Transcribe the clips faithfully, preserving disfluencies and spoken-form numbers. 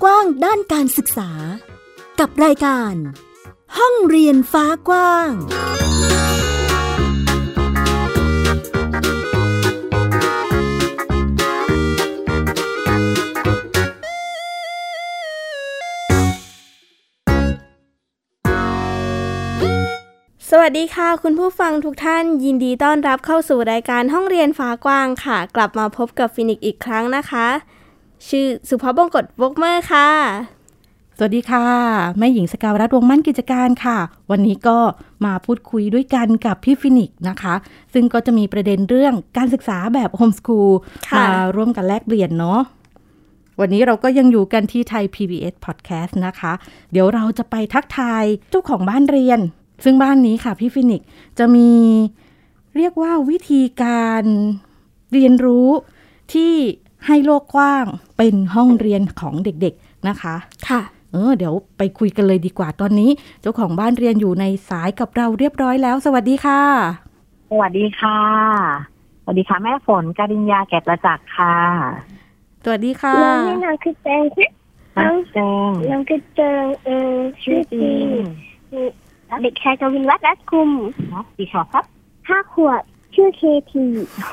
ากว้างด้านการศึกษากับรายการห้องเรียนฟ้ากว้างสวัสดีค่ะคุณผู้ฟังทุกท่านยินดีต้อนรับเข้าสู่รายการห้องเรียนฟ้ากว้างค่ะกลับมาพบกับฟินิกซ์อีกครั้งนะคะชื่อสุภาพบงกตวกเมอร์ค่ะสวัสดีค่ะแม่หญิงสกาวรัตน์วงมั่นกิจการค่ะวันนี้ก็มาพูดคุยด้วยกันกับพี่ฟินิกซ์นะคะซึ่งก็จะมีประเด็นเรื่องการศึกษาแบบโฮมสคูลมาร่วมกันแลกเปลี่ยนเนาะวันนี้เราก็ยังอยู่กันที่ไทย พี บี เอส Podcast นะคะเดี๋ยวเราจะไปทักทายเจ้าของบ้านเรียนซึ่งบ้านนี้ค่ะพี่ฟินิกซ์จะมีเรียกว่าวิธีการเรียนรู้ที่ให้โลกกว้างเป็นห้องเรียนของเด็กๆนะคะค่ะเออเดี๋ยวไปคุยกันเลยดีกว่าตอนนี้เจ้าของบ้านเรียนอยู่ในสายกับเราเรียบร้อยแล้วสวัสดีค่ะสวัสดีค่ะสวัสดีค่ะแม่ฝนกริญญาแก่ประจักษ์ค่ะสวัสดีค่ะน้องนี่น้องคือแจงน้องแจงน้องคือแจงเออชื่อจริงเด็กชายกวินวัฒน์รัตน์คุมกี่ขวบครับห้าขวบชื่อเคที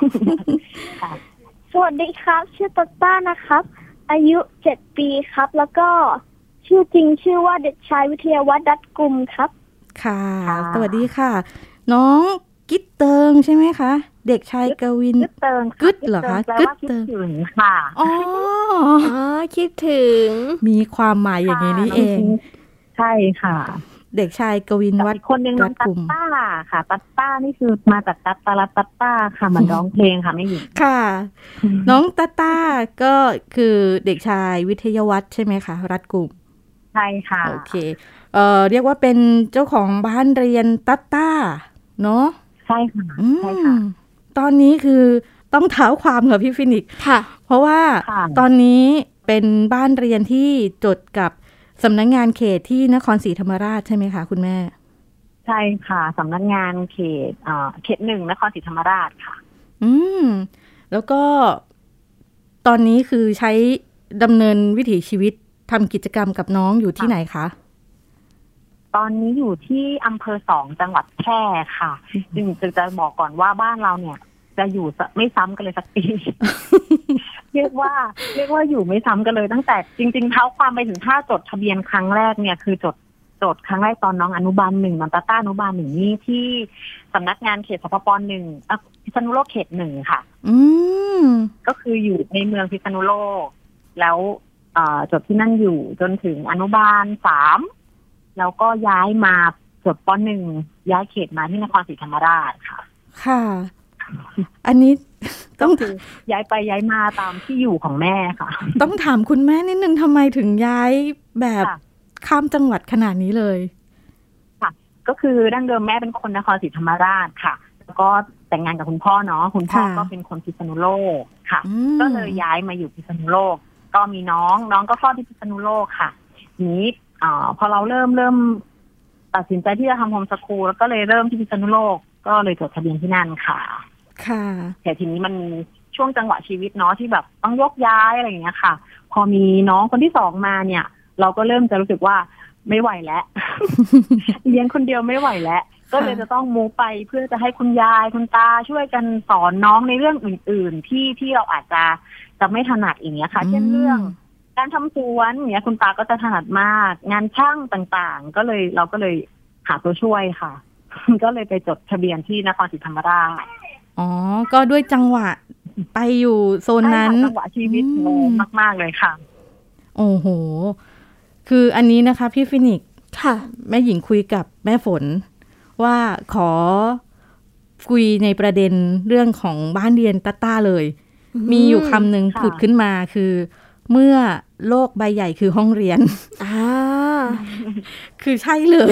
สวัสดีครับชื่อต๊ตต้านะครับอายุเจ็ดปีครับแล้วก็ชื่อจริงชื่อว่าเด็กชายวิทยาวัฒน์รัตน์กุมครับค่ะสวัสดีค่ะน้องกิตเติงใช่ไหมคะเด็กชายกวินกิตเติงกึดเหรอคะกึดเติงถึงค่ะอ๋ออ๋อคิดถึงมีความหมายอย่างนี้เองใช่ค่ะเด็กชายกวินวัฒน์คนหนึ่งน้องตัตต้าค่ะตัตต้านี่คือมาจากตัตตาลตัตต้าค่ะมันร้องเพลงค่ะไม่หญิงค่ะน้องตัตต้าก็คือเด็กชายวิทยาวัฒน์ใช่ไหมคะรัตน์กุมใช่ค่ะโอเคเอ่อเรียกว่าเป็นเจ้าของบ้านเรียนตัตต้าเนาะใช่ค่ะใช่ค่ะตอนนี้คือต้องเท้าความกับพี่ฟินิกซ์ค่ะเพราะว่าตอนนี้เป็นบ้านเรียนที่จดกับสำนักงานเขตที่นครศรีธรรมราชใช่ไหมคะคุณแม่ใช่ค่ะสำนักงานเขตเอ่อเขตหนึ่งนครศรีธรรมราชค่ะอืมแล้วก็ตอนนี้คือใช้ดำเนินวิถีชีวิตทำกิจกรรมกับน้องอยู่ที่ไหนคะตอนนี้อยู่ที่อำเภอสองจังหวัดแพร่ค่ะจึงจะบอกก่อนว่าบ้านเราเนี่ยจะอยู่ไม่ซ้ำกันเลยสักปี เรียกว่าเรียกว่าอยู่ไม่ซ้ำกันเลยตั้งแต่จริงๆเท้าความไปถึงถ้าจดทะเบียนครั้งแรกเนี่ยคือจดจดครั้งแรกตอนน้องอนุบาลหนึ่งน้องตาต้าอนุบาลหนึ่งนี่ที่สำนักงานเขตสปปหนึ่งพิษณุโลกเขตหนึ่งค่ะอืมก็คืออยู่ในเมืองพิษณุโลกแล้วจดที่นั่นอยู่จนถึงอนุบาลสามแล้วก็ย้ายมาจดปหนึ่งย้ายเขตมาที่นครศรีธรรมราชค่ะค่ะอันนี้ต้องถือย้ายไปย้ายมาตามที่อยู่ของแม่ค่ะต้องถามคุณแม่นิดนึงทำไมถึงย้ายแบบข้ามจังหวัดขนาดนี้เลยค่ะก็คือดั้งเดิมแม่เป็นคนนครศรีธรรมราชค่ะแล้วก็แต่งงานกับคุณพ่อเนาะคุณพ่อก็เป็นคนพิษณุโลกค่ะก็เลยย้ายมาอยู่พิษณุโลกก็มีน้องน้องก็คลอดที่พิษณุโลกค่ะนี้อ่าพอเราเริ่มเริ่มตัดสินใจที่จะทำโฮมสคูลแล้วก็เลยเริ่มที่พิษณุโลกก็เลยจดทะเบียนที่นั่นค่ะค่ะแต่ทีนี้มันช่วงจังหวะชีวิตเนาะที่แบบต้องยกย้ายอะไรอย่างเงี้ยค่ะพอมีน้องคนที่สองมาเนี่ยเราก็เริ่มจะรู้สึกว่าไม่ไหวแล้ว เลี้ยงคนเดียวไม่ไหวแล้วก็เลยจะต้องมูฟไปเพื่อจะให้คุณยายคุณตาช่วยกันสอนน้องในเรื่องอื่นๆที่ที่เราอาจจะจะไม่ถนัดอย่างเงี้ยค่ะเช่นเรื่องการทำสวนเนี้ยคุณตาก็จะถนัดมากงานช่างต่างๆก็เลยเราก็เลยหาตัวช่วยค่ะ ก็เลยไปจดทะเบียนที่นครศรีธรรมราชอ๋อก็ด้วยจังหวะไปอยู่โซนนั้นจังหวะชีวิตโง่มากๆเลยค่ะโอ้โหคืออันนี้นะคะพี่ฟินิกซ์ค่ะแม่หญิงคุยกับแม่ฝนว่าขอคุยในประเด็นเรื่องของบ้านเรียนตัตต้าเลยมีอยู่คำหนึ่งผุดขึ้นมาคือเมื่อโลกใบใหญ่คือห้องเรียนอ่าคือใช่เลย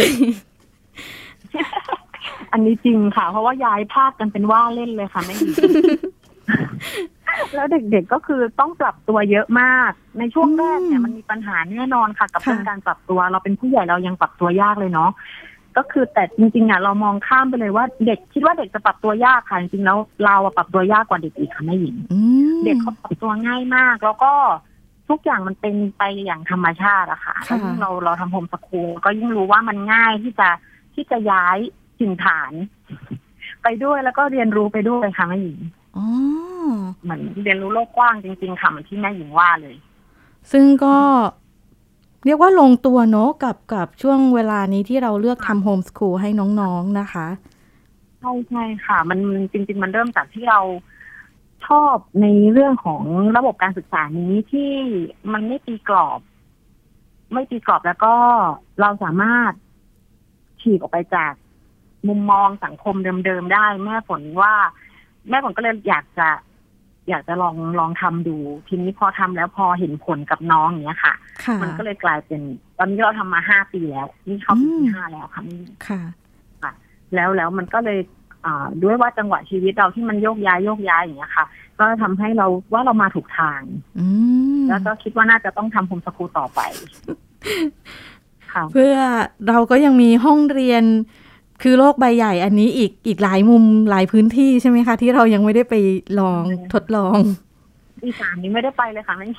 อันนี้จริงค่ะเพราะว่าย้ายภาคกันเป็นว่าเล่นเลยค่ะไม่ดี แล้วเด็กๆก็คือต้องปรับตัวเยอะมากในช่วงแรกเนี่ยมันมีปัญหาแน่นอนค่ะกับเรื่องการปรับตัวเราเป็นผู้ใหญ่เรายังปรับตัวยากเลยเนาะก็คือแต่จริงๆอ่ะเรามองข้ามไปเลยว่าเด็กคิดว่าเด็กจะปรับตัวยากค่ะจริงๆแล้วเราปรับตัวยากกว่าเด็กอีกค่ะแม่หญิงเด็กเขาปรับตัวง่ายมากแล้วก็ทุกอย่างมันเป็นไปอย่างธรรมชาติอะค่ะแล้วยิ่งเราเราทำโฮมสคูลก็ยิ่งรู้ว่ามันง่ายที่จะที่จะย้ายถิ่นฐานไปด้วยแล้วก็เรียนรู้ไปด้วยค่ะแม่หญิงอ๋อเหมือนเรียนรู้โลกกว้างจริงๆค่ะเหมือนที่แม่หญิงว่าเลยซึ่งก็เรียกว่าลงตัวเนอะกับกับช่วงเวลานี้ที่เราเลือกทำโฮมสคูลให้น้องๆนะคะใช่ใช่ค่ะมันจริงๆมันเริ่มจากที่เราชอบในเรื่องของระบบการศึกษานี้ที่มันไม่ตีกรอบไม่ตีกรอบแล้วก็เราสามารถฉีกออกไปจากมุมมองสังคมเดิมๆได้แม่ฝนว่าแม่ฝนก็เลยอยากจะอยากจะลองลองทำดูทีนี้พอทำแล้วพอเห็นผลกับน้องอย่างเงี้ยค่ะมันก็เลยกลายเป็นตอนนี้เราทำมาห้าปีแล้วนี่เข้าปีที่ห้าแล้วค่ะค่ะค่ะแล้วแล้วมันก็เลยด้วยว่าจังหวะชีวิตเราที่มันโยกย้ายโยกย้ายอย่างเงี้ยค่ะก็ทำให้เราว่าเรามาถูกทางแล้วก็คิดว่าน่าจะต้องทำโฮมสคูลต่อไปเพื่อเราก็ยังมีห้องเรียนคือโลกใบใหญ่อันนี้อีกอีกหลายมุมหลายพื้นที่ใช่ไหมคะที่เรายังไม่ได้ไปลองทดลองอีสานนี้ไม่ได้ไปเลยค่ะไม่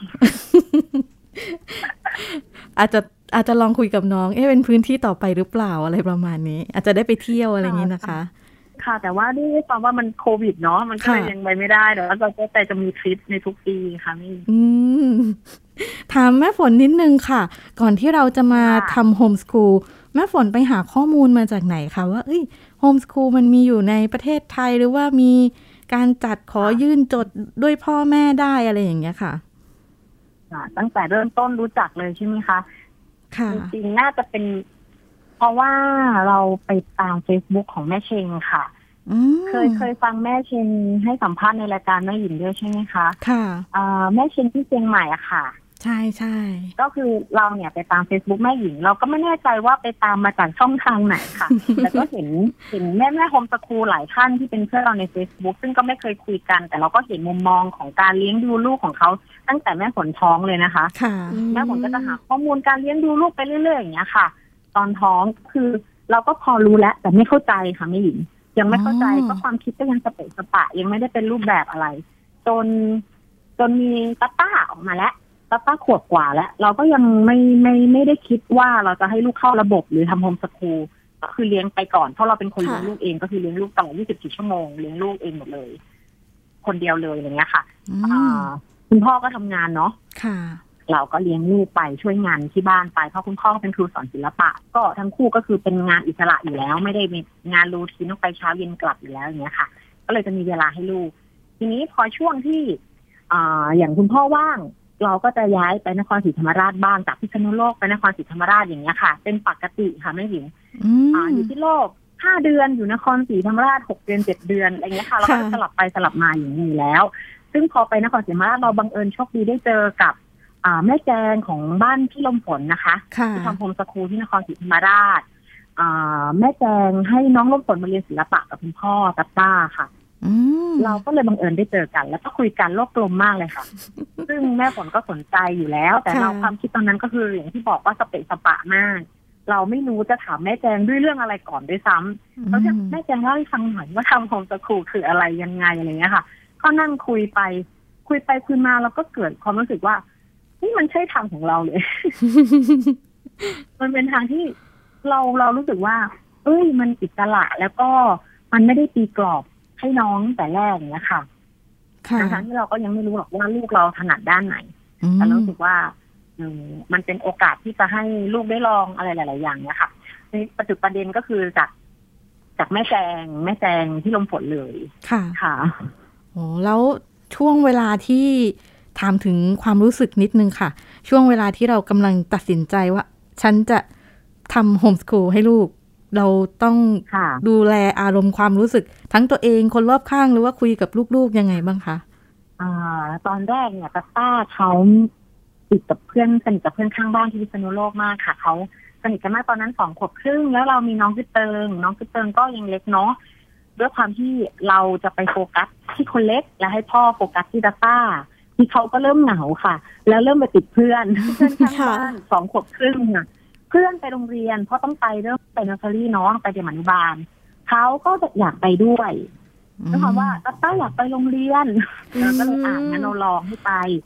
อาจจะอาจจะลองคุยกับน้องเอ๊ะเป็นพื้นที่ต่อไปหรือเปล่าอะไรประมาณนี้อาจจะได้ไปเที่ยวอะไรอย่างนี้นะคะค่ะแต่ว่าด้วยความว่ามันโควิดเนาะมันก็เลยยังไปไม่ได้เดี๋ยวเราก็แต่จะมีทริปในทุกปีค่ะนี่ถามแม่ฝนนิดนึงค่ะก่อนที่เราจะมาทำโฮมสคูลแม่ฝนไปหาข้อมูลมาจากไหนคะว่าเอ้ยโฮมสคูลมันมีอยู่ในประเทศไทยหรือว่ามีการจัดขอยื่นจดด้วยพ่อแม่ได้อะไรอย่างเงี้ยค่ะตั้งแต่เริ่มต้นรู้จักเลยใช่ไหมคะค่ะจริงๆน่าจะเป็นเพราะว่าเราไปตาม Facebook ของแม่เชงค่ะเคยเคยฟังแม่เชงให้สัมภาษณ์ในรายการแม่หญิงด้วยใช่ไหมคะค่ะแม่เชงที่เชียงใหม่อะค่ะใช่ใช่ก็คือเราเนี่ยไปตาม Facebook แม่หญิงเราก็ไม่แน่ใจว่าไปตามมาจากช่องทางไหนค่ะ แต่ก็เห็นเห็นแม่แม่โฮมสคูลหลายท่านที่เป็นเพื่อนเราใน Facebook ซึ่งก็ไม่เคยคุยกันแต่เราก็เห็นมุมมองของการเลี้ยงดูลูกของเขาตั้งแต่แม่ฝนท้องเลยนะคะแม่ฝนก็จะหาข้อมูลการเลี้ยงดูลูกไปเรื่อยๆอย่างเงี้ยค่ะตอนท้องคือเราก็พอรู้แล้วแต่ไม่เข้าใจค่ะแม่หญิงยังไม่เข้าใจก็ความคิดก็ยังสเปะสปะยังไม่ได้เป็นรูปแบบอะไรจนจนมีตาต้าออกมาแล้วตาต้าขวบกว่าแล้วเราก็ยังไม่ไม่ไม่ได้คิดว่าเราจะให้ลูกเข้าระบบหรือทำโฮมสคูลก็คือเลี้ยงไปก่อนเพราะเราเป็นคนเลี้ยงลูกเองก็คือเลี้ยงลูกตลอดยี่สิบสี่ชั่วโมงเลี้ยงลูกเองหมดเลยคนเดียวเลยอย่างเงี้ยค่ะคุณพ่อก็ทำงานเนาะเราก็เลี้ยงลูกไปช่วยงานที่บ้านไปเพราะคุณพ่อเป็นครูสอนศิลปะก็ทั้งคู่ก็คือเป็นงานอิสระอยู่แล้วไม่ได้มีงานรูทีนต้องไปเช้าเย็นกลับอยู่แล้วอย่างเงี้ยค่ะก็เลยจะมีเวลาให้ลูกทีนี้พอช่วงที่อ่าอย่างคุณพ่อว่างเราก็จะย้ายไปนครศรีธรรมราชบ้างจากพิษณุโลกไปนครศรีธรรมราชอย่างเงี้ยค่ะเป็นปกติค่ะแม่หญิงอ่าอยู่ที่โลกห้าเดือนอยู่นครศรีธรรมราชหกเดือนเจ็ดเดือนอะไรเงี้ยค่ะเราก็สลับไปสลับมาอย่างนี้แล้วซึ่งพอไปนครศรีธรรมราชเราบังเอิญโชคดีได้เจอกับแม่แจงของบ้านพี่ลมฝนนะคะที่ทำโฮมสคูลที่นครศรีธรรมราชแม่แจงให้น้องลมฝนมาเรียนศิลปะกับคุณพ่อตัตต้าค่ะเราก็เลยบังเอิญได้เจอกันแล้วก็คุยกันโลกกลมมากเลยค่ะ ซึ่งแม่ฝนก็สนใจอยู่แล้วแต่เราความคิดตอนนั้นก็คืออย่างที่บอกว่าสเปะสปะมากเราไม่รู้จะถามแม่แจงด้วยเรื่องอะไรก่อนด้วยซ้ำเพราะฉะนั้นแม่แจงเล่าให้ฟังหน่อยว่าทำโฮมสคูลคืออะไรยังไงอะไรเงี้ยค่ะก็นั่งคุยไปคุยไปคุยมาแล้วก็เกิดความรู้สึกว่านี่มันใช่ทางของเราเลย มันเป็นทางที่เราเรารู้สึกว่าเอ้ยมันอิสระแล้วก็มันไม่ได้ตีกรอบให้น้องแต่แรกอย่างเงี้ยค่ะทั้งที่เราก็ยังไม่รู้หรอกว่าลูกเราถนัดด้านไหนแต่รู้สึกว่าอืมมันเป็นโอกาสที่จะให้ลูกได้ลองอะไรหลายๆอย่างเนี้ยค่ะในปัจจุบันประเด็นก็คือจากจากแม่แจงแม่แจงที่ลมฝนเลยค่ะค่ะโอ้แล้วช่วงเวลาที่ถามถึงความรู้สึกนิดนึงค่ะช่วงเวลาที่เรากำลังตัดสินใจว่าฉันจะทำโฮมสคูลให้ลูกเราต้องดูแลอารมณ์ความรู้สึกทั้งตัวเองคนรอบข้างหรือว่าคุยกับลูกๆยังไงบ้างคะอ่าตอนแรกเนี่ยตัตต้าเขาติดกับเพื่อนสนิทกับเพื่อนข้างบ้านที่พิษณุโลกมากค่ะเขาสนิทกันมากตอนนั้นสองขวบครึ่งแล้วเรามีน้องคือเติงน้องคือเติงก็ยังเล็กเนาะด้วยความที่เราจะไปโฟกัสที่คนเล็กและให้พ่อโฟกัสที่ตัตต้าที่เขาก็เริ่มเหงาค่ะแล้วเริ่มไปติดเพื่อนเพื่อนข้างบ้านสองขวบครึ่งค่ะเพื่อนไปโรงเรียนเพราะต้องไปเริ่มไปเนอร์เซอรี่เนาะไปเด็กอนุบาลเขาก็อยากไปด้วยด้วยความว่าตัตต้าอยากไปโรงเรียนแล้วก็เลยอ่านงั้นเราลองให้ไปพ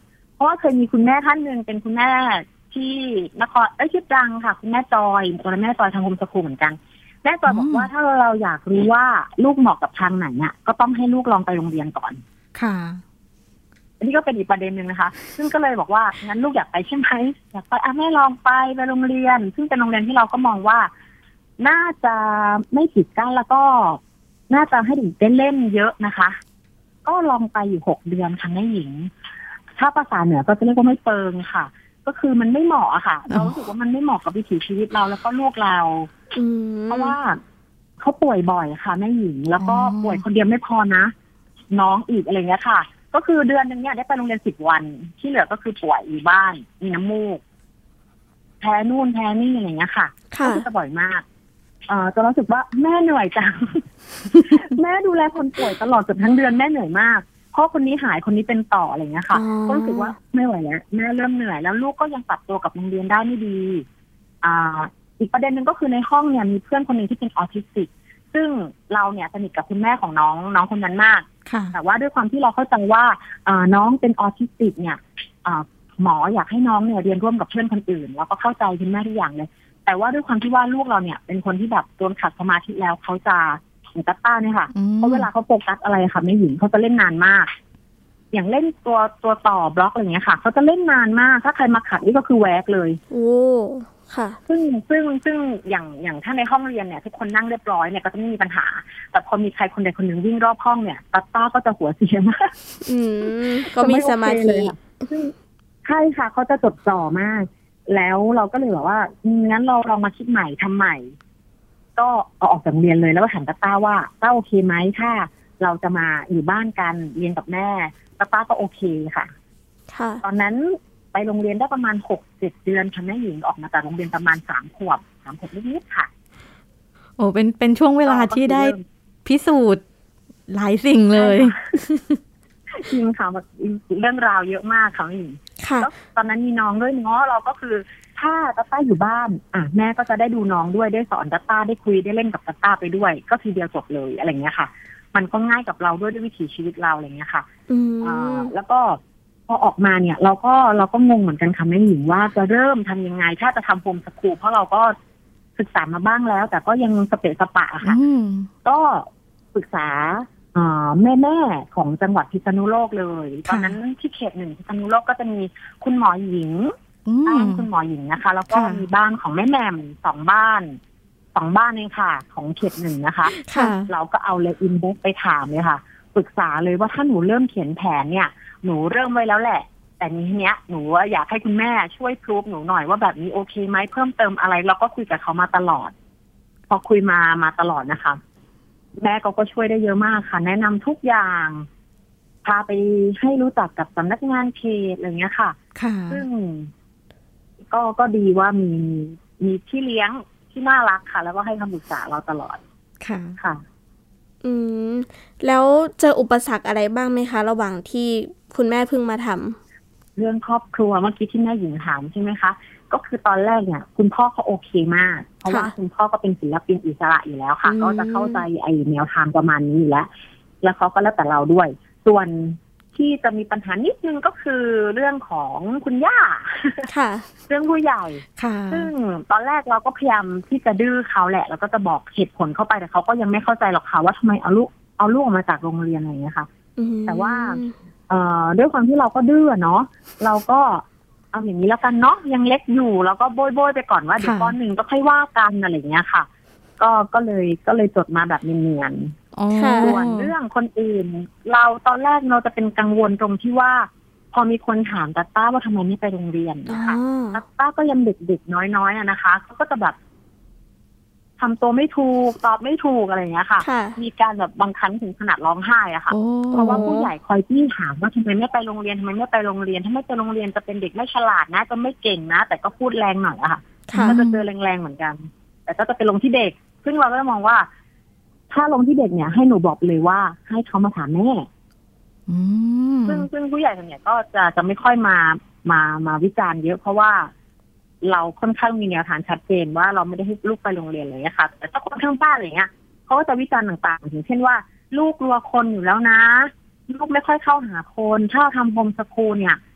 ราะว่าเคยมีคุณแม่ท่านหนึ่งเป็นคุณแม่ที่นครเอ้ยชื่อตรังค่ะคุณแม่จอยตัวแม่จอยทางโฮมสคูลเหมือนกันแม่จอยบอกว่าถ้าเราอยากรู้ว่าลูกเหมาะกับทางไหนเนี่ยก็ต้องให้ลูกลองไปโรงเรียนก่อนค่ะอันนี้ก็เป็นอีกประเด็นหนึ่งนะคะซึ่งก็เลยบอกว่างั้นลูกอยากไปใช่ไหมอยากไปอ่ะแม่ลองไปไปโรงเรียนซึ่งเป็นโรงเรียนที่เราก็มองว่าน่าจะไม่ปิดกั้นแล้วก็น่าจะให้เด็กได้เล่นเยอะนะคะก็ลองไปอยู่หกเดือนค่ะแม่หญิงถ้าภาษาเหนือก็จะเรียกว่าไม่เปิงค่ะก็คือมันไม่เหมาะอะค่ะเรารู้สึกว่ามันไม่เหมาะกับวิถีชีวิตเราแล้วก็ลูกเราเพราะว่าเขาป่วยบ่อยค่ะแม่หญิงแล้วก็ป่วยคนเดียวไม่พอนะน้องอีกอะไรเงี้ยค่ะก็คือเดือนนึงเนี่ยได้ไปโรงเรียนสิบวันที่เหลือก็คือป่วยอยู่บ้านมีน้ำมูกแพ้นู่นแพ้นี่อะไรเงี้ยค่ะก็จะบ่อยมากเอ่อจะรู้สึกว่าแม่เหนื่อยจัง แม่ดูแลคนป่วยตลอดจนทั้งเดือนแม่เหนื่อยมากเพราะคนนี้หายคนนี้เป็นต่ออะไรเงี้ยค่ะก็รู้สึกว่าไม่ไหวแล้วแม่เริ่มเหนื่อยแล้วลูกก็ยังปรับตัวกับโรงเรียนได้ไม่ดีอ่าอีกประเด็นหนึ่งก็คือในห้องเนี่ยมีเพื่อนคนหนึ่งที่เป็นออทิสติกซึ่งเราเนี่ยสนิทกับคุณแม่ของน้องน้องคนนั้นมากแต่ว่าด้วยความที่เราเข้าใจว่าน้องเป็นออทิสติกเนี่ยหมออยากให้น้องเนี่ยเรียนร่วมกับเพื่อนคนอื่นเราก็เข้าใจคุณแม่ทุกอย่างเลยแต่ว่าด้วยความที่ว่าลูกเราเนี่ยเป็นคนที่แบบโดนขัดสมาธิแล้วเขาจะเหมือนตั๊ต้าเนี่ยค่ะเพราะเวลาเขาโฟกัสอะไรค่ะแม่หญิงเขาจะเล่นนานมากอย่างเล่นตัวตัวต่อบล็อกอะไรเงี้ยค่ะเขาจะเล่นนานมากถ้าใครมาขัดนี่ก็คือแวกเลยโอ้ค่ะซึ่งซึ่งซึ่งอย่างอย่างถ้าในห้องเรียนเนี่ยทุกคนนั่งเรียบร้อยเนี่ยก็จะไม่มีปัญหาแต่พอมีใครคนใดคนหนึ่งวิ่งรอบห้องเนี่ยตั๊ต้าก็จะหัวเสียมากอืมก็มีสมาธิใช่ค่ะเขาจะจดจ่อมากแล้วเราก็เลยบอกว่างั้นเราลองมาคิดใหม่ทำใหม่ก็เอาออกจากเรียนเลยแล้วก็ถามตั๊ต้าว่าต้าโอเคไหมถ้าเราจะมาอยู่บ้านกันเรียนกับแม่ตั๊ต้าก็โอเคค่ะค่ะตอนนั้นไปโรงเรียนได้ประมาณหกเจ็ดเดือนค่ะแม่หญิงออกมาจากโรงเรียนประมาณสามขวบสามขวบนิดๆค่ะโอ้เป็นเป็นช่วงเวลาที่ได้พิสูจน์หลายสิ่งเลยจริงค่ะเรื่องราวเยอะมากค่ะแม่หญิงแล้วตอนนั้นมีน้องด้วยเนาะเราก็คือถ้าตั๊ต้าอยู่บ้านอ่ะแม่ก็จะได้ดูน้องด้วยได้สอนตั๊ต้าได้คุยได้เล่นกับตั๊ต้าไปด้วยก็ทีเดียวจบเลยอะไรเงี้ยค่ะมันก็ง่ายกับเราด้วยด้วยวิถีชีวิตเราอะไรเงี้ยค่ะอ่าแล้วก็พอออกมาเนี่ยเราก็เราก็งงเหมือนกันค่ะแม่หญิงว่าจะเริ่มทำยังไงถ้าจะทำโฮมสคูลเพราะเราก็ศึกษามาบ้างแล้วแต่ก็ยังสเปะสปะค่ะก็ปรึกษาแม่แม่ของจังหวัดพิษณุโลกเลยตอนนั้นที่เขตหนึ่งพิษณุโลกก็จะมีคุณหมอหญิงบ้านคุณหมอหญิงนะคะแล้วก็มีบ้านของแม่แหม่มสองบ้านสองบ้านเองค่ะของเขตหนึ่งนะคะเราก็เอาเลยอินบ็อกซ์ไปถามเลยค่ะปรึกษาเลยว่าถ้าหนูเริ่มเขียนแผนเนี่ยหนูเริ่มไว้แล้วแหละแต่นี้เนี้ยหนูอยากให้คุณแม่ช่วยพรูฟหนูหน่อยว่าแบบนี้โอเคไหมเพิ่มเติมอะไรเราก็คุยกับเขามาตลอดพอคุยมามาตลอดนะคะแม่ก็ก็ช่วยได้เยอะมากค่ะแนะนำทุกอย่างพาไปให้รู้จักกับสำนักงานเขตอะไรเงี้ยค่ะซึ่งก็ก็ดีว่ามีมีที่เลี้ยงที่น่ารักค่ะแล้วก็ให้คำปรึกษาเราตลอดค่ะค่ะอืมแล้วเจออุปสรรคอะไรบ้างไหมคะระหว่างที่คุณแม่เพิ่งมาทำเรื่องครอบครัวเมื่อกี้ที่แม่หญิงถามใช่ไหมคะก็คือตอนแรกเนี่ยคุณพ่อเขาโอเคมากเพราะว่าคุณพ่อก็เป็นศิลปินอิสระอยู่แล้วค่ะก็จะเข้าใจไอ้แนวทางประมาณนี้อยู่แล้วแล้วเขาก็แล้วแต่เราด้วยส่วนที่จะมีปัญหานิดนึงก็คือเรื่องของคุณย่าค่ะเรื่องผู้ใหญ่ซึ่งตอนแรกเราก็พยายามที่จะดื้อเขาแหละแล้วก็จะบอกเหตุผลเข้าไปแต่เขาก็ยังไม่เข้าใจหรอกค่ะว่าทำไมเอาลูกเอาลูกออกมาจากโรงเรียนอะไรอย่างเงี้ยค่ะแต่ว่าเอ่อด้วยความที่เราก็ดื้อเนาะเราก็เอาอย่างนี้แล้วกันเนาะยังเล็กอยู่แล้วก็โบยๆไปก่อนว่าเดี๋ยวป.หนึ่งก็ค่อยว่ากันอะไรอย่างเงี้ยค่ะก็ก็เลยก็เลยจดมาแบบเนียนๆส่วนเรื่องคนอื่นเราตอนแรกเราจะเป็นกังวลตรงที่ว่าพอมีคนถามตั๊ต้าว่าทำไมไม่ไปโรงเรียนนะคะตั๊ต้าก็ยังเด็กๆน้อยๆอะนะคะเขาก็จะแบบทำตัวไม่ถูกตอบไม่ถูกอะไรอย่างเงี้ยค่ะมีการแบบบางครั้งถึงขนาดร้องไห้อะค่ะเพราะว่าผู้ใหญ่คอยจี้ถามว่าทำไมไม่ไปโรงเรียนทำไมไม่ไปโรงเรียนถ้าไม่ไปโรงเรียนจะเป็นเด็กไม่ฉลาดนะจะไม่เก่งนะแต่ก็พูดแรงหน่อยอะค่ะก็จะเจอแรงๆเหมือนกันแต่ก็จะไปลงที่เด็กซึ่งเราก็มองว่าถ้าลงที่เด็กเนี่ยให้หนูบอกเลยว่าให้เขามาถามแม่ซึ่งซึ่งผู้ใหญ่ส่วนใหญ่ก็จะจะไม่ค่อยมามามาวิจารณ์เยอะเพราะว่าเราค่อนข้างมีแนวทางชัดเจนว่าเราไม่ได้ให้ลูกไปโรงเรียนเลยนะคะแต่ถ้าคนข้างบ้านอะไรเงี้ยเขาก็จะวิจารณ์ต่างๆอย่างเช่นว่าลูกกลัวคนอยู่แล้วนะลูกไม่ค่อยเข้าหาคนถ้าทำโฮมสคูลเนี่ย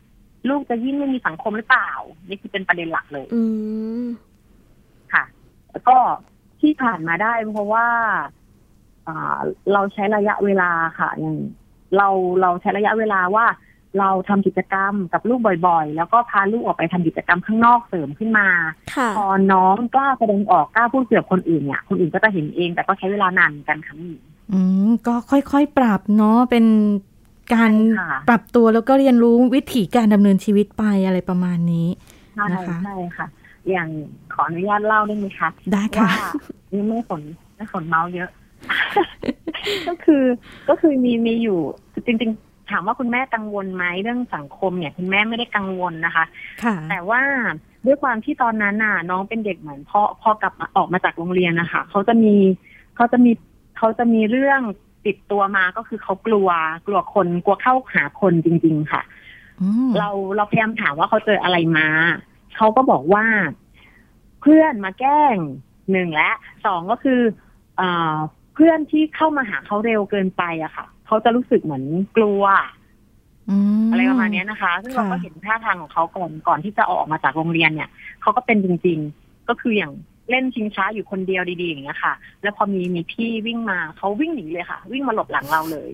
ลูกจะยิ่งไม่มีสังคมหรือเปล่านี่คือเป็นประเด็นหลักเลยอืมค่ะแล้วก็ที่ผ่านมาได้เพราะว่าเราใช้ระยะเวลาค่ะอย่างเราเราใช้ระยะเวลาว่าเราทำกิจกรรมกับลูกบ่อยๆแล้วก็พาลูกออกไปทำกิจกรรมข้างนอกเสริมขึ้นมาพอน้องกล้าแสดงออกกล้าพูดเกี่ยวกับคนอื่นเนี่ยคนอื่นก็จะเห็นเองแต่ก็ใช้เวลานานกันค่ะนี่อืมก็ค่อยๆปรับเนาะเป็นการปรับตัวแล้วก็เรียนรู้วิถีการดำเนินชีวิตไปอะไรประมาณนี้นะคะใช่ค่ะอย่างขออนุญาตเล่าได้ไหมคะได้ค่ะนี่ไม่ฝนไม่ฝนเมาเยอะ ก็คือก็คือมีมีอยู่จริงๆถามว่าคุณแม่กังวลไหมเรื่องสังคมเนี่ยคุณแม่ไม่ได้กังวลนะคะแต่ว่าด้วยความที่ตอนนั้นน่ะน้องเป็นเด็กเหมือนพอพอกลับมาออกมาจากโรงเรียนนะคะเขาจะมีเขาจะมีเขาจะมีเรื่องติดตัวมาก็คือเขากลัวกลัวคนกลัวเข้าหาคนจริงๆค่ะเราเราพยายามถามว่าเขาเจออะไรมาเขาก็บอกว่าเพื่อนมาแกล้งหนึ่งและสองก็คืออ่าเพื่อนที่เข้ามาหาเขาเร็วเกินไปอะค่ะเขาจะรู้สึกเหมือนกลัวอะไรประมาณนี้นะคะซึ่งเราก็เห็นท่าทางของเขาก่อนก่อนที่จะออกมาจากโรงเรียนเนี่ยเขาก็เป็นจริงๆก็คืออย่างเล่นชิงช้าอยู่คนเดียวดีๆอย่างเงี้ยค่ะแล้วพอมีมีพี่วิ่งมาเขาวิ่งหนีเลยค่ะวิ่งมาหลบหลังเราเลย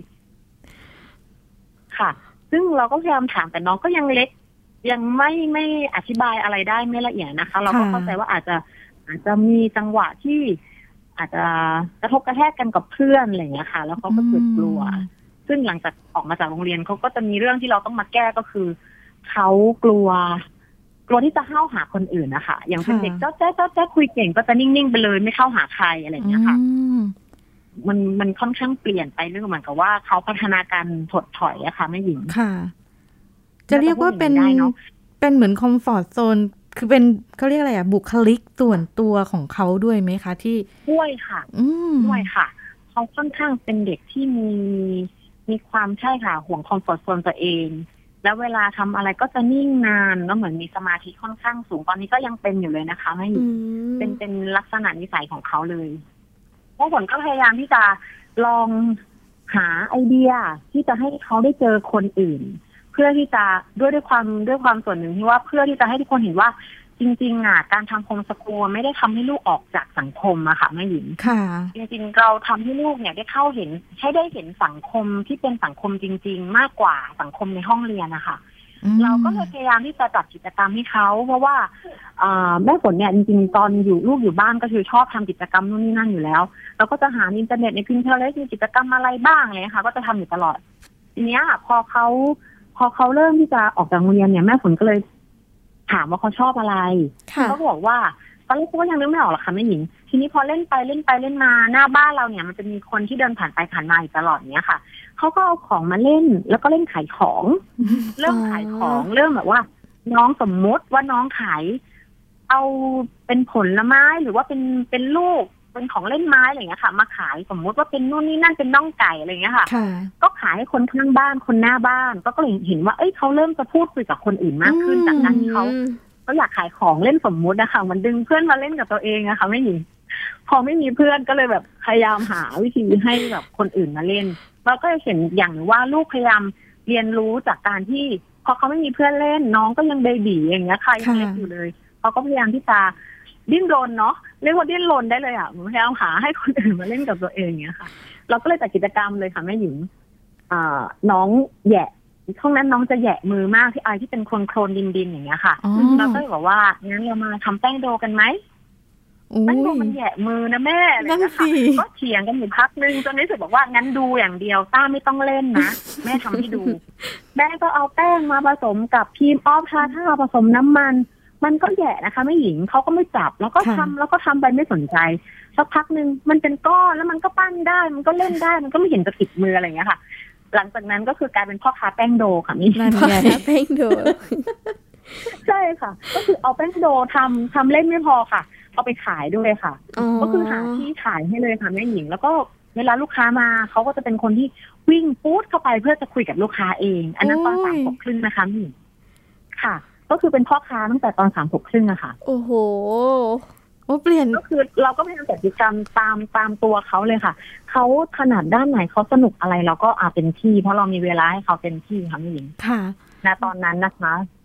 ค่ะซึ่งเราก็พยายามถามแต่น้องก็ยังเล็กยังไม่ไม่อธิบายอะไรได้ไม่ละเอียดนะคะเราก็เข้าใจว่าอาจจะอาจจะมีจังหวะที่อาจจะกระทบกระแทกกันกับเพื่อนอะไรอย่างเงี้ยค่ะแล้วเขาก็เกิดกลัวซึ่งหลังจากออกมาจากโรงเรียนเขาก็จะมีเรื่องที่เราต้องมาแก้ก็คือเขากลัวกลัวที่จะเข้าหาคนอื่นนะคะอย่างเป็นเด็กเจ้าแจ๊ะเจ้าแจ๊ะคุยเก่งก็จะนิ่งๆไปเลยไม่เข้าหาใครอะไรอย่างเงี้ยค่ะมันมันค่อนข้างเปลี่ยนไปเรื่องเหมือนกับว่าเขาพัฒนาการถดถอยอะค่ะแม่หญิงค่ะจะเรียกว่าเป็นเป็นเหมือนคอมฟอร์ตโซนคือเป็นเขาเรียกอะไรอ่ะบุคลิกส่วนตัวของเขาด้วยไหมคะที่ด้วยค่ะด้วยค่ะเขาค่อนข้างเป็นเด็กที่มีมีความใช่ค่ะห่วงคอมฟอร์ตโซนตัวเองแล้วเวลาทำอะไรก็จะนิ่งนานแล้วเหมือนมีสมาธิค่อนข้างสูงตอนนี้ก็ยังเป็นอยู่เลยนะคะไม่เป็นเป็นลักษณะนิสัยของเขาเลยพวกฝนก็พยายามที่จะลองหาไอเดียที่จะให้เขาได้เจอคนอื่นเพื่อที่จะด้วยด้วยความด้วยความส่วนหนึ่งที่ว่าเพื่อที่จะให้ทุกคนเห็นว่าจริงๆอ่ะการทำโฮมสกูลไม่ได้ทำให้ลูกออกจากสังคมอะค่ะแม่หญิงค่ะจริงๆเราทำให้ลูกเนี่ยได้เข้าเห็นให้ได้เห็นสังคมที่เป็นสังคมจริงๆมากกว่าสังคมในห้องเรียนนะคะเราก็เลยพยายามที่จะจัดกิจกรรมให้เขาเพราะว่าแม่ฝนเนี่ยจริงๆตอนอยู่ลูกอยู่บ้านก็คือชอบทำกิจกรรมนู่นนี่นั่นอยู่แล้วเราก็จะหาอินเทอร์เน็ตใน Pinterest มีกิจกรรมอะไรบ้างเลยค่ะก็จะทำอยู่ตลอดทีเนี้ยพอเขาพอเขาเริ่มที่จะออกจากโรงเรียนเนี่ยแม่ฝนก็เลยถามว่าเขาชอบอะไรเขาบอกว่าตอนแรกเขาก็ยังนึกไม่ออกหรอกค่ะแม่หญิงทีนี้พอเล่นไปเล่นไปเล่นมาหน้าบ้านเราเนี่ยมันจะมีคนที่เดินผ่านไปผ่านมาอยู่ตลอดเนี้ยค่ะเขาก็เอาของมาเล่นแล้วก็เล่นขายของเริ่มขายของเริ่มแบบว่าน้องสมมติว่าน้องขายเอาเป็นผลไม้หรือว่าเป็นเป็นลูกเป็นของเล่นไม้อะไรอย่างเงี้ยค่ะมาขายสมมติว่าเป็นนู่นนี่นั่นเป็นน่องไก่อะไรอย่างเงี้ยค่ะก็ขายให้คนข้างบ้านคนหน้าบ้านก็ก็เห็นว่าเอ้ยเขาเริ่มจะพูดคุยกับคนอื่นมากขึ้นจากการที่เขาก็อยากขายของเล่นสมมุตินะคะมันดึงเพื่อนมาเล่นกับตัวเองอะค่ะไม่มีพอไม่มีเพื่อนก็เลยแบบพยายามหาวิธีให้แบบคนอื่นมาเล่นแล้วก็เห็นอย่างว่าลูกพยายามเรียนรู้จากการที่พอเขาไม่มีเพื่อนเล่นน้องก็ยังเบบีอย่างเงี้ยใครยังเล็กอยู่เลยเขาก็พยายามที่จะดิ้นรนเนาะเรียกว่าดิ้นรนได้เลยอ่ะพยายามหาให้คนอื่นมาเล่นกับตัวเองอย่างเงี้ยค่ะเราก็เลยจัดกิจกรรมเลยค่ะแม่หญิงอ่าน้องแหยะช่วงนั้นน้องจะแหยะมือมากที่ไอที่เป็นโคลนโคลนดินดินอย่างเงี้ยค่ะเราก็เลยบอกว่างั้นเรามาทำแป้งโดกันไหมแป้งโดมันแหยะมือนะแม่อะไรอย่างเงี้ยค่ะก็เถียงกันอยู่พักนึงจนนี้สึกบอกว่างั้นดูอย่างเดียวต้าไม่ต้องเล่นนะแม่ทำให้ดูแม่ก็เอาแป้งมาผสมกับครีมออฟทาท่าผสมน้ำมันมันก็แย่นะคะไม่หญิงเขาก็ไม่จับแล้วก็ทำแล้วก็ทำไปไม่สนใจสักพักนึงมันเป็นก้อนแล้วมันก็ปั้นได้มันก็เล่นได้มันก็ไม่เห็นจะติดมืออะไรอย่างเงี้ยค่ะหลังจากนั้นก็คือกลายเป็นพ่อค้าแป้งโดค่ะนี่พ่อค้าแป้งโดใช่ค่ะก็คือเอาแป้งโดทำทำเล่นไม่พอค่ะเอาไปขายด้วยค่ะก็คือหาที่ขายให้เลยค่ะแม่หญิงแล้วก็เวลาลูกค้ามาเขาก็จะเป็นคนที่วิ่งปุ๊ดเข้าไปเพื่อจะคุยกับลูกค้าเองอันนั้นตอนสามขวบครึ่งนะคะแม่หญิงค่ะก็คือเป็นพ่อค้าตั้งแต่ตอนสามขวบครึ่งอะค่ะโอ้โหโอ้เปลี่ยนก็คือเราก็พยายามจัดกิจกรรมตามตามตัวเขาเลยค่ะเขาถนัดด้านไหนเขาสนุกอะไรเราก็อาเป็นที่เพราะเรามีเวลาให้เขาเต็มที่ค่ะแม่หญิงค่ะณตอนนั้นนะคะ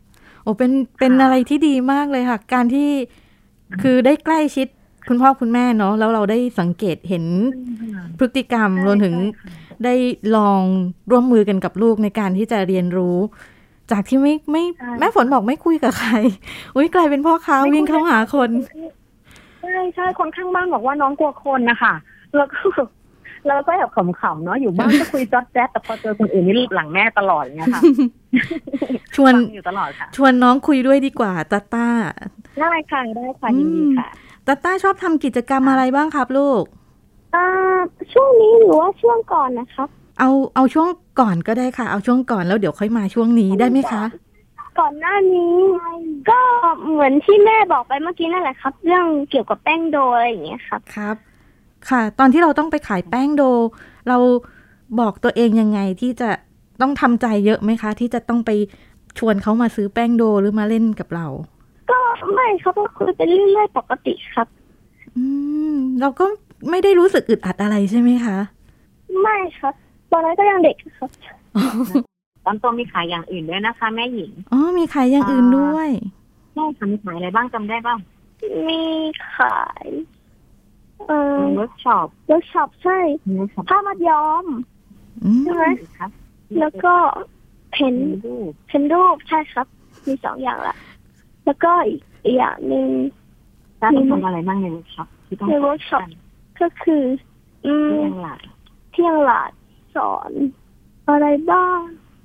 อ้เป็นเป็นอะไรที่ดีมากเลยค่ะการที่คือได้ใกล้ชิดคุณพ่อคุณแม่เนาะแล้วเราได้สังเกตเห็นพฤติกรรมรวมถึงได้ลองร่วมมือกันกับลูกในการที่จะเรียนรู้จากที่ไม่ไม่แม่ฝนบอกไม่คุยกับใครอุ้ยกลายเป็นพ่อค้าวิ่งเข้าหาคนใช่ใช่คนข้างบ้านบอกว่าน้องกลัวคนนะคะแล้วก็แล้วก็แบบขำๆเนาะอยู่บ้านก็คุยจ๊อดแจ๊ดแต่พอเจอคนอื่นนี่หลังแม่ตลอดอย่างเงี้ยค่ะชวนอยู่ตลอดค่ะชวนน้องคุยด้วยดีกว่าตาต้าได้ค่ะได้ค่ะยินดีค่ะตาต้าชอบทำกิจกรรมอะไรบ้างครับลูกอ่าช่วงนี้หรือว่าช่วงก่อนนะครับเอาเอาช่วงก่อนก็ได้ค่ะเอาช่วงก่อนแล้วเดี๋ยวค่อยมาช่วงนี้ได้ไหมคะก่อนหน้านี้ก็เหมือนที่แม่บอกไปเมื่อกี้นั่นแหละครับเรื่องเกี่ยวกับแป้งโดอะไรอย่างเงี้ยครับครับค่ะตอนที่เราต้องไปขายแป้งโดเราบอกตัวเองยังไงที่จะต้องทำใจเยอะไหมคะที่จะต้องไปชวนเขามาซื้อแป้งโดหรือมาเล่นกับเราก็ไม่ครับก็คุยไปเรื่อยๆปกติครับอืมเราก็ไม่ได้รู้สึกอึดอัดอะไรใช่ไหมคะไม่ครับตอนนั้นก็ยังเด็กครับตอนโตมีขายอย่างอื่นด้วยนะคะแม่หญิงอ๋อมีขายอย่างอื่นด้วยใช่ค่ะมีขายอะไรบ้างจำได้บ้างมีขายเอ่อเวิร์กช็อปเวิร์กช็อปใช่ผ้ามัดย้อมใช่ไหมครับแล้วก็เพ้นเพ้นรูปใช่ครับมีสองอย่างละแล้วก็อีกอย่างหนึ่งมีทำอะไรบ้างในเวิร์กช็อปที่ต้องในเวิร์กช็อปก็คืออืมเที่ยงหลาดเที่ยงหลาดสอนอะไรบ้าง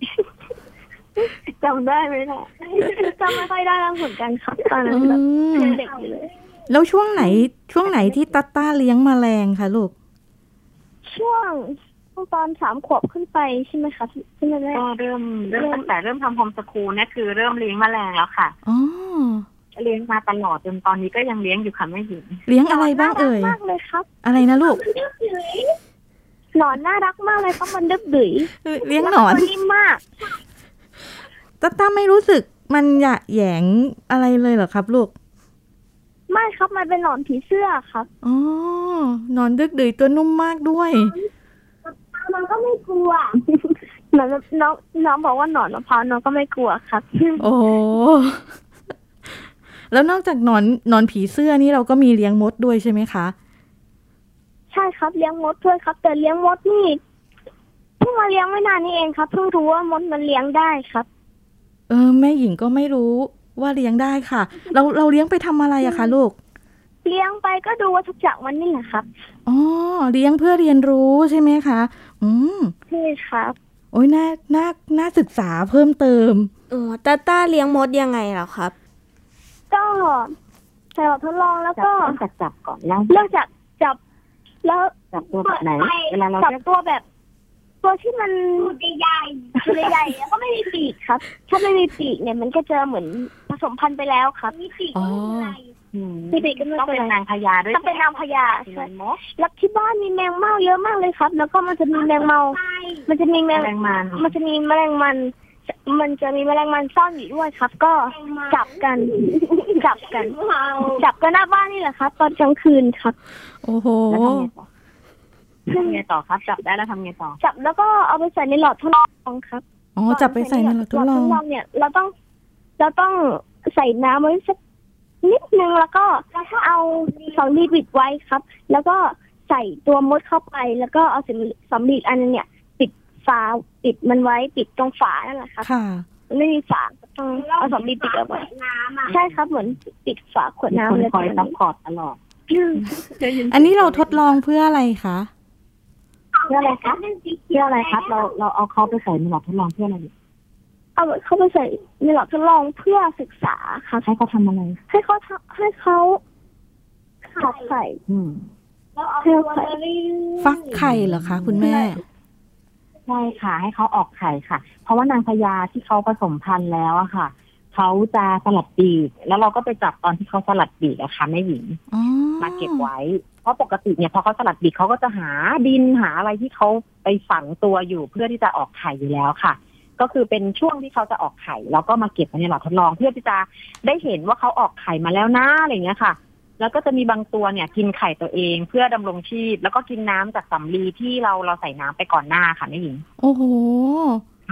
จำได้ไหมล่ะจำไม่ค่อยได้แล้วเหมือนกันครับตอนนั้นแบบเด็กอยู่เลยแล้วช่วงไหนช่วงไหนที่ตั๊ต้าเลี้ยงแมลงคะลูกช่วงตอนสามขวบขึ้นไปใช่ไหมคะใช่ไหมแม่ก็เริ่มเริ่มตั้งแต่เริ่มทำโฮมสคูลเนี่ยคือเริ่มเลี้ยงแมลงแล้วค่ะอ๋อเลี้ยงมาตลอดจนตอนนี้ก็ยังเลี้ยงอยู่ค่ะแม่หญิงเลี้ยงอะไรบ้างเอ่ยมากเลยครับอะไรนะลูกหนอนน่ารักมากเลยครับมันดึกดื๋ยเลี้ยงหนอนนิ่มมากตั๊ต้าไม่รู้สึกมันหยะแหยงอะไรเลยเหรอครับลูกไม่ครับมันเป็นหนอนผีเสื้อครับอ๋อหนอนดึกดื๋ยตัวนุ่มมากด้วยมันก็ไม่กลัวน้องน้องน้องบอกว่าหนอนมะพร้าวน้องก็ไม่กลัวครับโอ้แล้วนอกจากหนอนหนอนผีเสื้อนี่เราก็มีเลี้ยงมดด้วยใช่ไหมคะใช่ครับเลี้ยงมดด้วยครับแต่เลี้ยงมดนี่เพิ่งมาเลี้ยงไม่นานนี้เองครับเพิ่งรู้ว่ามดมันเลี้ยงได้ครับเออแม่หญิงก็ไม่รู้ว่าเลี้ยงได้ค่ะเราเราเลี้ยงไปทำอะไรอะคะลูกเลี้ยงไปก็ดูวัฏจักรมันนี่แหละครับอ๋อเลี้ยงเพื่อเรียนรู้ใช่ไหมคะอืมใช่ครับโอ้ยน่าน่าน่าศึกษาเพิ่มเติมอ๋อต้าต้าเลี้ยงมดยังไงเหรอครับก็ใส่หลอดทดลองแล้วก็จับจับก่อนเริ่มจากจับแล้วจับตัวแบบไหนเวลาเราจับตัวแบบตัวที่มันใหญ่ๆใหญ่ๆแล้วก็ไม่มีปีกครับถ้าไม่มีปีกเนี่ยมันก็จะเหมือนผสมพันธุ์ไปแล้วครับมีปีกมีปีกก็ต้องเป็นนางพญาด้วยต้องเป็นนางพญาใช่แล้วที่บ้านมีแมงเม่าเยอะมากเลยครับแล้วก็มันจะมีแมงเม่ามันจะมีแมงมันมันจะมีแมลงมันมันจะมีแมลงมันซ่อนอยู่ด้วยครับก็จับกันจับกันจับกันหน้าบ้านนี่แหละครับตอนกลางคืนครับโอ้โหทำไงต่อครับจับได้แล้วทำไงต่อจับแล้วก็เอาไปใส่ในหลอดทดลองครับอ๋อจับไปใส่ในหลอดทดลองเนี่ยเราต้องเราต้องใส่น้ำไว้สักนิดนึงแล้วก็เอาสองลีปิดไว้ครับแล้วก็ใส่ตัวมดเข้าไปแล้วก็เอาสำลีอันนึงเนี่ยปิดฝาปิดมันไว้ปิดตรงฝานั่นแหละครับค่ะไม่มีฝาต้องเอาสำลีปิดเอาไว้ใช่ครับเหมือนปิดฝาขวดน้ำเลยคอยซัพพอร์ตตลอดอันนี้เราทดลองเพื่ออะไรคะเพื่ออะไรครับเพื่ออะไรครับเราเราเอาเขาไปใส่ในหลอดทดลองเพื่ออะไรเอาเขาไปใส่ในหลอดทดลองเพื่อศึกษาค่ะให้เขาทำอะไรให้เขาให้เขาฟักไข่ให้ไข่ฟักไข่เหรอคะคุณแม่ใช่ค่ะให้เขาออกไข่ค่ะเพราะว่านางพญาที่เขาผสมพันธุ์แล้วอะค่ะเขาจะสลัดปีกแล้วเราก็ไปจับตอนที่เขาสลัดปีกอะค่ะแม่หญิงมาเก็บไว้เพราะปกติเนี่ยพอเขาสลัดปีกเขาก็จะหาดินหาอะไรที่เขาไปฝังตัวอยู่เพื่อที่จะออกไข่อยู่แล้วค่ะก็คือเป็นช่วงที่เขาจะออกไข่แล้วก็มาเก็บไว้ในหลอดทดลองเพื่อที่จะได้เห็นว่าเขาออกไข่มาแล้วนะอะไรอย่างเงี้ยค่ะแล้วก็จะมีบางตัวเนี่ยกินไข่ตัวเองเพื่อดำรงชีพแล้วก็กินน้ำจากสำลีที่เราเราใส่น้ำไปก่อนหน้าค่ะแม่หญิงโอ้โหค่ะ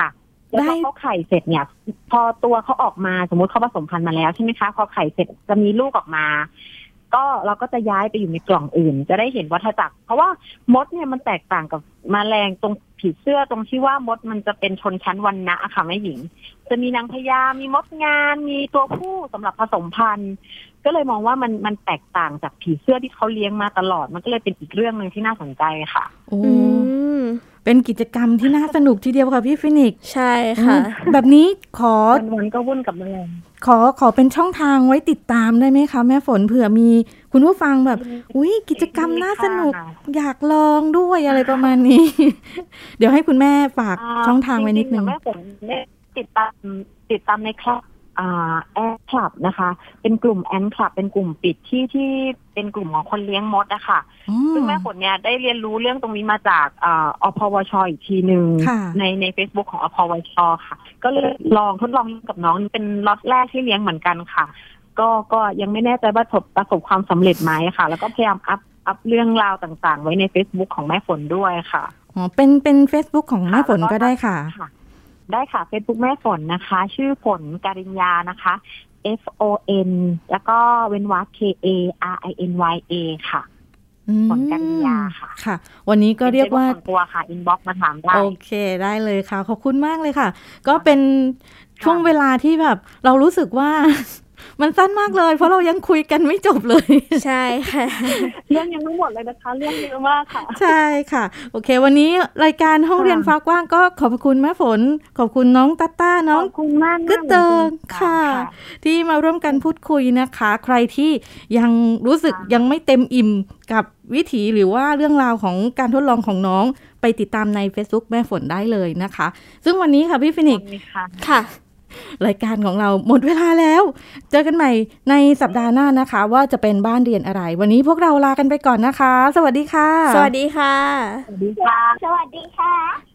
แล้วพอเขาไข่เสร็จเนี่ยพอตัวเขาออกมาสมมุติเขาผสมพันธุ์มาแล้วใช่ไหมคะพอไข่เสร็จจะมีลูกออกมาก็เราก็จะย้ายไปอยู่ในกล่องอื่นจะได้เห็นวัฏจักรเพราะว่ามดเนี่ยมันแตกต่างกับแมลงตรงผีเสื้อตรงที่ว่ามดมันจะเป็นชนชั้นวรรณะค่ะแม่หญิงจะมีนางพญามีมดงานมีตัวผู้สำหรับผสมพันธุ์ก็เลยมองว่ามันมันแตกต่างจากผีเสื้อที่เขาเลี้ยงมาตลอดมันก็เลยเป็นอีกเรื่องนึงที่น่าสนใจค่ะโอ้เป็นกิจกรรมที่น่าสนุกทีเดียวค่ะพี่ฟินิกใช่ค่ะแบบนี้ขอวันๆก็วุ่นกับแมลงขอขอเป็นช่องทางไว้ติดตามได้ไหมคะแม่ฝนเผื่อมีคุณผู้ฟังแบบอุ๊ยกิจกรรมน่าสนุกอยากลองด้วยอะไรประมาณนี้ เดี๋ยวให้คุณแม่ฝากช่องทางไว้นิดนึงแม่ฝนติดตามติดตามในคลับอ่าแอนคลับนะคะเป็นกลุ่มแอนคลับเป็นกลุ่มปิดที่ที่เป็นกลุ่มของคนเลี้ยงมดนะคะซึ่งแม่ฝนเนี่ยได้เรียนรู้เรื่องตรงนี้มาจากอ่าอพวช.อีกทีนึงในใน Facebook ของอพวช.ค่ะก็เลยลองทดลองกับน้องเป็นล็อตแรกที่เลี้ยงเหมือนกันค่ะก็ก็ยังไม่แน่ใจว่าประสบความสำเร็จไหมค่ะแล้วก็พยายามอัพอัพเรื่องราวต่างๆไว้ใน Facebook ของแม่ฝนด้วยค่ะอ๋อเป็นเป็น Facebook ของแม่ฝนก็ได้ค่ะได้ค่ะ Facebook แม่ฝนนะคะชื่อฝนการิญญานะคะ F O N แล้วก็เว้นวรรค K A R I N Y A ค่ะฝนการิญญาค่ะค่ะวันนี้ก็เรียกว่าตัวค่ะอินบ็อกซ์มาถามได้โอเคได้เลยค่ะขอบคุณมากเลยค่ะก็เป็นช่วงเวลาที่แบบเรารู้สึกว่ามันสั้นมากเลยเพราะเรายังคุยกันไม่จบเลยใช่ค่ะเรื่องยังไม่หมดเลยนะคะเรื่องเยอะมากค่ะใช่ค่ะโอเควันนี้รายการห้องเรียนฟ้ากว้างก็ขอบคุณแม่ฝนขอบคุณน้องตั๊ต้าน้องกึ๊ดเติงค่ะที่มาร่วมกันพูดคุยนะคะใครที่ยังรู้สึกยังไม่เต็มอิ่มกับวิถีหรือว่าเรื่องราวของการทดลองของน้องไปติดตามใน Facebook แม่ฝนได้เลยนะคะซึ่งวันนี้ค่ะพี่ฟินิกค่ะรายการของเราหมดเวลาแล้วเจอกันใหม่ในสัปดาห์หน้านะคะว่าจะเป็นบ้านเรียนอะไรวันนี้พวกเราลากันไปก่อนนะคะสวัสดีค่ะสวัสดีค่ะสวัสดีค่ะสวัสดีค่ะ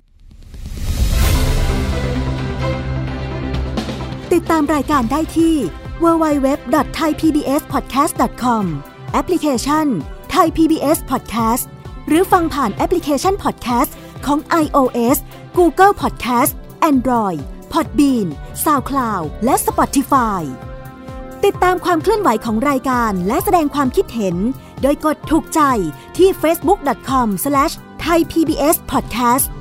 ติดตามรายการได้ที่ ดับเบิลยู ดับเบิลยู ดับเบิลยู ดอท ไทย พี บี เอส พอดแคสต์ ดอท คอม แอปพลิเคชัน Thai พี บี เอส Podcast หรือฟังผ่านแอปพลิเคชัน Podcast ของ iOS Google Podcast Android Podbean SoundCloud และ Spotify ติดตามความเคลื่อนไหวของรายการและแสดงความคิดเห็นโดยกดถูกใจที่ เฟซบุ๊ก ดอท คอม สแลช ไทย พี บี เอส พอดแคสต์